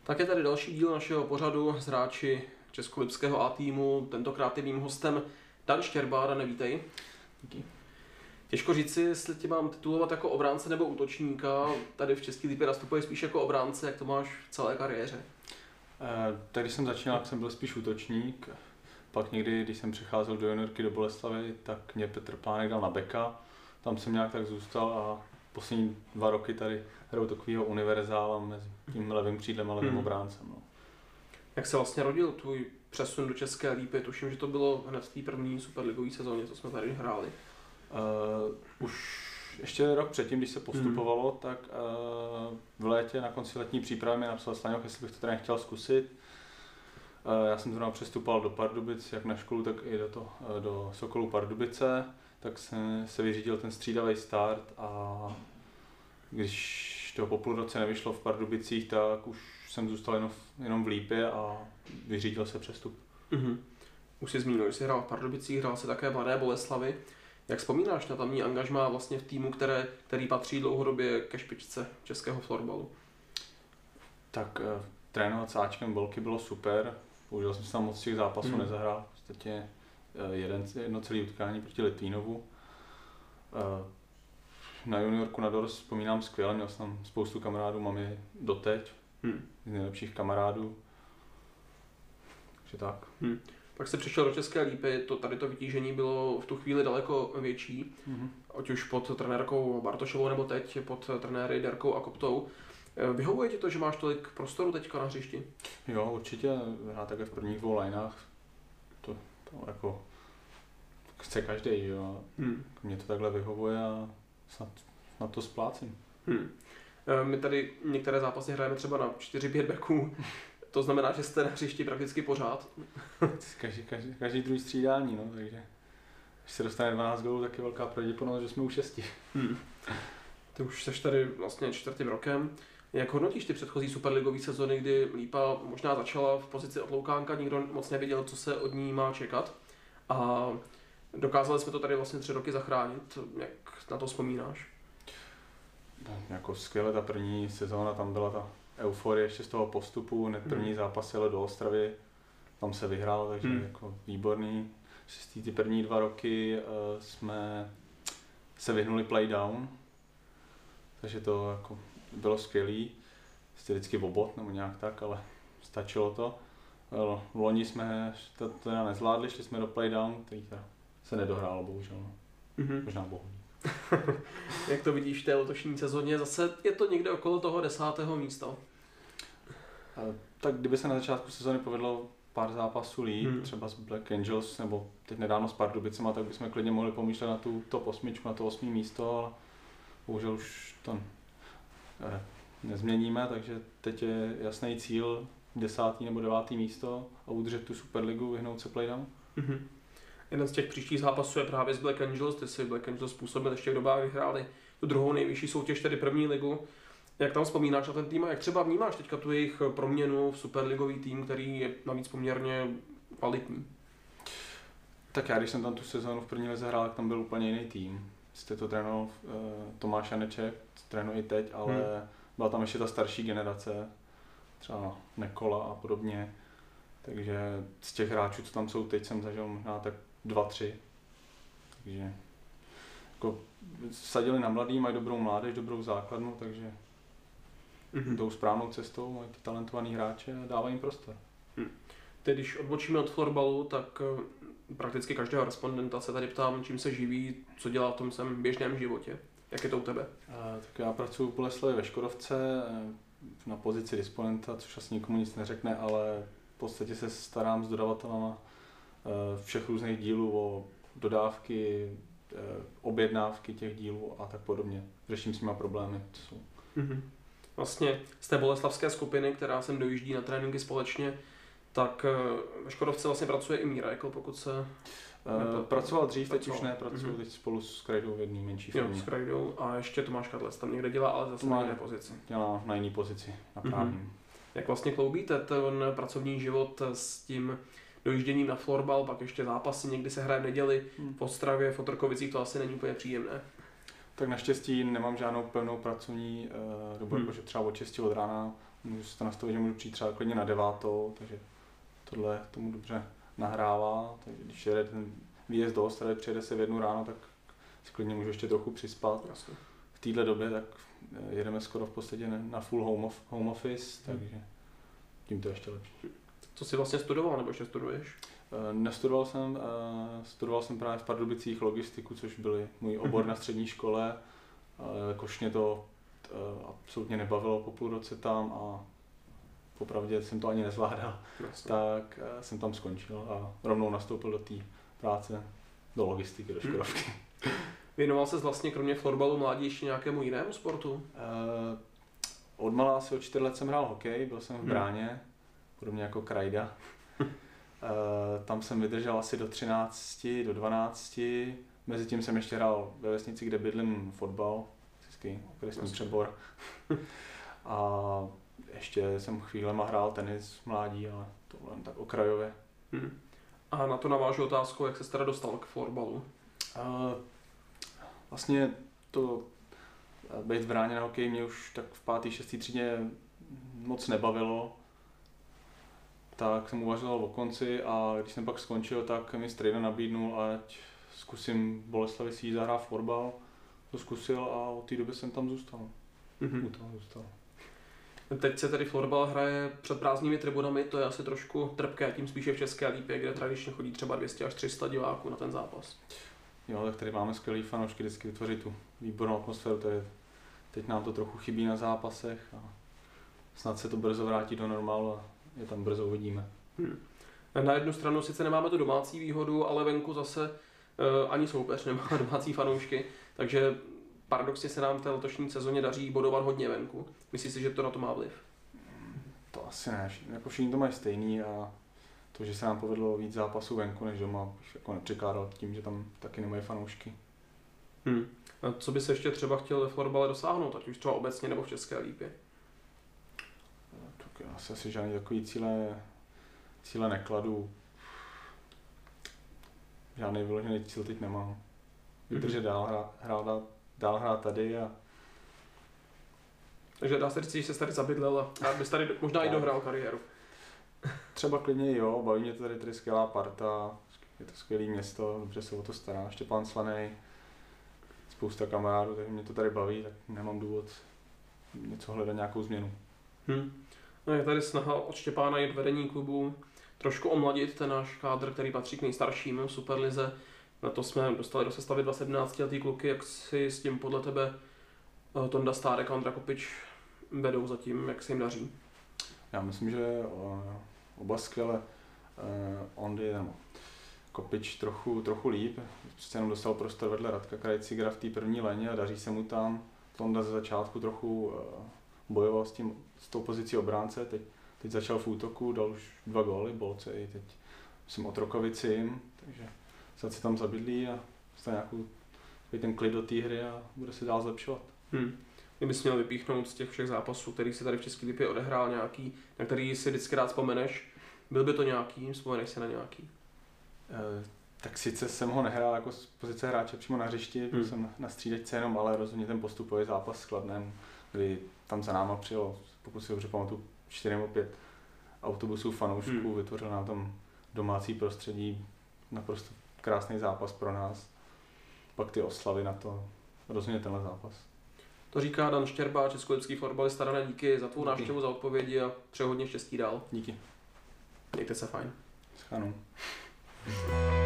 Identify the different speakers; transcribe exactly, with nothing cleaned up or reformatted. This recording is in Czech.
Speaker 1: Tak je tady další díl našeho pořadu s hráči Českolipského A týmu. Tentokrát je mým hostem Dan Štěrbár, nevítej.
Speaker 2: Díky.
Speaker 1: Těžko říci, jestli tě mám titulovat jako obránce nebo útočníka. Tady v České lípě nastupuje spíš jako obránce, jak to máš v celé kariéře?
Speaker 2: E, tak když jsem začínal, jsem byl spíš útočník. Pak někdy, když jsem přecházel do juniorky do Boleslavy, tak mě Petr Plánek dal na beka. Tam jsem nějak tak zůstal a poslední dva roky tady hraju takovýho univerzála mezi tím levým křídlem a levým hmm. obráncem. No.
Speaker 1: Jak se vlastně rodil tvůj přesun do České lípy? Tuším, že to bylo hned v té první superligové sezóně, co jsme tady hráli.
Speaker 2: Uh, už ještě rok předtím, když se postupovalo, hmm. tak uh, v létě na konci letní přípravy mi napsal Slaňoch, jestli bych to tady chtěl zkusit. Uh, já jsem zrovna přestupoval do Pardubic, jak na školu, tak i do, to, uh, do Sokolu Pardubice, tak se, se vyřídil ten střídavý start a když to po půl roce nevyšlo v Pardubicích, tak už jsem zůstal jenom v, jenom v Lípě a vyřídil se přestup.
Speaker 1: Mm-hmm. Už jsi zmínil, že jsi hrál v Pardubicích, hrál se také v Mladé Boleslavi. Jak vzpomínáš na tamní angažmá vlastně v týmu, které, který patří dlouhodobě ke špičce českého florbalu?
Speaker 2: Tak eh, trénovat s Ačkem Bolky bylo super. Bohužel jsem se tam moc těch zápasů hmm. nezahrál. V podstatě eh, jeden, jedno celé utkání proti Litvínovu. Eh, na juniorku na dorost vzpomínám skvěle, měl jsem tam spoustu kamarádů, mám je doteď, hmm. z nejlepších kamarádů. Takže tak.
Speaker 1: Hmm. Pak se přišel do České lípy, to, tady to vytížení bylo v tu chvíli daleko větší, mm-hmm. ať už pod trenérkou Bartošovou nebo teď pod trenéry Derkou a Koptou. Vyhovuje ti to, že máš tolik prostoru teďka na hřišti?
Speaker 2: Jo, určitě, hrát také v prvních dvou lineách, to, to jako chce každý, jo. Hmm. Mně to takhle vyhovuje a snad na to splácím.
Speaker 1: Hmm. My tady některé zápasy hrajeme třeba na čtyři pět beků. To znamená, že jste na hřišti prakticky pořád.
Speaker 2: každý, každý, každý druhý střídání, no, takže když se dostane dvanáct gólů, tak je velká pravděpodobnost, že jsme u šesti. Hmm.
Speaker 1: Ty už seš tady vlastně čtvrtým rokem. Jak hodnotíš ty předchozí superligové sezony, kdy Lípa možná začala v pozici odloukánka, nikdo moc nevěděl, co se od ní má čekat. A dokázali jsme to tady vlastně tři roky zachránit. Jak na to vzpomínáš?
Speaker 2: No, jako skvěle, ta první sezóna, tam byla ta euforie ještě z toho postupu, hned první hmm. zápas jel do Ostravy, tam se vyhrál, takže hmm. jako výborný. Šestý ty první dva roky uh, jsme se vyhnuli playdown, takže to jako bylo skvělý. Jste vždycky obot nebo nějak tak, ale stačilo to. Uh, v loni jsme to teda nezvládli, šli jsme do playdown, který teda se nedohrálo bohužel, no. hmm. možná bohu.
Speaker 1: Jak to vidíš v té letošní sezóně? Zase je to někde okolo toho desátého místa.
Speaker 2: Tak kdyby se na začátku sezóny povedlo pár zápasů líp, hmm. třeba s Black Angels nebo teď nedávno s Pardubicema, tak bychom klidně mohli pomýšlet na tu top osmičku, na to osmý místo, ale bohužel už to nezměníme, takže teď je jasný cíl desátý nebo devátý místo a udržet tu Superligu, vyhnout se playdown.
Speaker 1: Hmm. Jeden z těch příštích zápasů je právě z Black Angels, ty si Black Angels způsobil ještě v dobách vyhráli tu druhou nejvyšší soutěž, tedy první ligu. Jak tam vzpomínáš na ten tým a jak třeba vnímáš teďka tu jejich proměnu v superligový tým, který je navíc poměrně kvalitní?
Speaker 2: Tak já, když jsem tam tu sezónu v první lize hrál, tak tam byl úplně jiný tým. Jste to trénoval uh, Tomáš Janeček, trénuje i teď, ale hmm. byla tam ještě ta starší generace, třeba Nekola a podobně. Takže z těch hráčů, co tam jsou teď, jsem zažil možná tak dva, tři. Takže jako sadili na mladý, mají dobrou mládež, dobrou základnu, takže mm-hmm. jdou správnou cestou, mají ty talentovaný hráče a dávají jim prostor.
Speaker 1: Hmm. Teď, když odbočíme od florbalu, tak prakticky každého respondenta se tady ptám, čím se živí, co dělá v tom svém běžném životě. Jak je to u tebe?
Speaker 2: A, tak já pracuji v Boleslavě ve Škodovce na pozici disponenta, což asi nikomu nic neřekne, ale v podstatě se starám s dodavatelama všech různých dílů o dodávky, objednávky těch dílů a tak podobně. Řeším s nimi problémy, co jsou.
Speaker 1: Mm-hmm. Vlastně z té boleslavské skupiny, která sem dojíždí na tréninky společně, tak ve Škodovce vlastně pracuje i Míra, jako pokud se...
Speaker 2: Uh, pracoval dřív, teď už ne, pracuji mm-hmm. teď spolu s Krejdou v jedné menší firmě.
Speaker 1: Jo, s Krejdou a ještě Tomáš Kadlec tam někde dělá, ale zase na jiné pozici.
Speaker 2: Dělá na jiné pozici, na právním.
Speaker 1: Mm-hmm. Jak vlastně kloubíte ten pracovní život s tím dojížděním na florbal, pak ještě zápasy, někdy se hraje v neděli, hmm. v Ostravě, v Otrokovicích, to asi není úplně příjemné.
Speaker 2: Tak naštěstí nemám žádnou pevnou pracovní uh, dobu, hmm. jakože třeba od šesti od rána můžu si to nastavit, že můžu přijít třeba klidně na devátou, takže tohle tomu dobře nahrává, takže když jede ten výjezd do Ostravy, přijede se v jednu ráno, tak si klidně můžu ještě trochu přispat.
Speaker 1: Jasně.
Speaker 2: V téhle době tak jedeme skoro v podstatě na full home, of, home office, takže tím to je ještě lepší.
Speaker 1: Co jsi vlastně studoval, nebo ještě studuješ?
Speaker 2: Nestudoval jsem, studoval jsem právě v Pardubicích logistiku, což byl můj obor na střední škole, ale jakož mě to absolutně nebavilo po půl roce tam a popravdě jsem to ani nezvládal, Jasně. tak jsem tam skončil a rovnou nastoupil do té práce, do logistiky, do škodovky.
Speaker 1: Hmm. Věnoval ses vlastně kromě florbalu mládí ještě nějakému jinému sportu? Uh,
Speaker 2: od malá asi od čtyř let jsem hrál hokej, byl jsem v bráně, hmm. podobně jako Krajda. uh, tam jsem vydržel asi do třinácti, do dvanácti, mezi tím jsem ještě hrál ve vesnici, kde bydlím, fotbal, vždycky okresní přebor. A ještě jsem chvílema hrál tenis v mládí, ale to jen tak okrajově.
Speaker 1: Hmm. A na to navážu otázku, jak se teda dostal k florbalu?
Speaker 2: Uh, vlastně to být v bráně na hokej mě už tak v pátý, šestý třídě moc nebavilo. Tak jsem uvažoval o konci a když jsem pak skončil, tak mi strejda nabídnul, ať zkusím v Boleslavi si zahrát florbal. To zkusil a od té doby jsem tam zůstal. Mm-hmm. U toho zůstal.
Speaker 1: Teď se tady florbal hraje před prázdnými tribunami, to je asi trošku trpké, tím spíše v České Lípě, kde tradičně chodí třeba dvě stě až tři sta diváků na ten zápas.
Speaker 2: Jo, tak tady máme skvělý fanoušky, vždycky vytvoří tu výbornou atmosféru, to je, teď nám to trochu chybí na zápasech a snad se to brzo vrátí do normálu a je tam brzo uvidíme.
Speaker 1: Hmm. Na jednu stranu sice nemáme tu domácí výhodu, ale venku zase uh, ani soupeř nemá domácí fanoušky, takže paradoxně se nám v té letošní sezóně daří bodovat hodně venku. Myslíš si, že to na to má vliv?
Speaker 2: To asi ne, jako všichni to mají stejný a to, že se nám povedlo víc zápasů venku než doma, bych jako nepřekládal tím, že tam taky nemají fanoušky.
Speaker 1: Hmm. A co by se ještě třeba chtěl ve florbale dosáhnout, ať už třeba obecně nebo v České Lípě?
Speaker 2: Tak já si asi žádný takový cíle, cíle nekladu. Žádný vyložený cíl teď nemám. Vydržet dál hrát, hrát, dál, dál hrát tady a...
Speaker 1: Takže dá se říct, že jsi tady zabydlel a bys tady možná i dohrál kariéru.
Speaker 2: Třeba klidně jo, baví mě to tady, tady skvělá parta, je to skvělé město, dobře se o to stará, Štěpán Slanej, spousta kamarádů, takže mě to tady baví, tak nemám důvod něco hledat, nějakou změnu.
Speaker 1: Hmm. No je tady snaha od Štěpána jít vedení klubu, trošku omladit ten náš kádr, který patří k nejstarším v Superlize. Na to jsme dostali do sestavy dva sedmnáctiletý kluky, jak si s tím podle tebe Tonda Stárek a Ondra Kopič vedou zatím, jak se jim daří?
Speaker 2: Já myslím, že oba skvěle, Ondy nebo Kopič trochu, trochu líp, přece jenom dostal prostor vedle Radka Krajcigera v té první léně a daří se mu tam. Tonda ze začátku trochu bojoval s, tím, s tou pozicí obránce, teď, teď začal v útoku, dal už dva góly, bolce i teď jsem Otrokovicím, takže snad si tam zabydlí a dostane nějakou ten klid do té hry a bude se dál zlepšovat. Hmm.
Speaker 1: Kdybys měl vypíchnout z těch všech zápasů, který si tady v České Lípě odehrál nějaký, na který si vždycky rád vzpomeneš, byl by to nějaký, vzpomeneš si na nějaký?
Speaker 2: E, tak sice jsem ho nehrál jako z pozice hráče přímo na hřišti, byl hmm. jsem na střídačce jenom, ale rozhodně ten postupový zápas s Kladnem, kdy tam za náma přijelo, pokud si dobře pamatuju, čtyři nebo pět autobusů fanoušků, hmm. vytvořil nám tam domácí prostředí, naprosto krásný zápas pro nás. Pak ty oslavy na to, rozhodně tenhle zápas.
Speaker 1: To říká Dan Štěrba, českolipský fotbalista. Dané, díky za tvou návštěvu, za odpovědi a přeji hodně štěstí dál.
Speaker 2: Díky.
Speaker 1: Mějte se fajn.
Speaker 2: Schanou.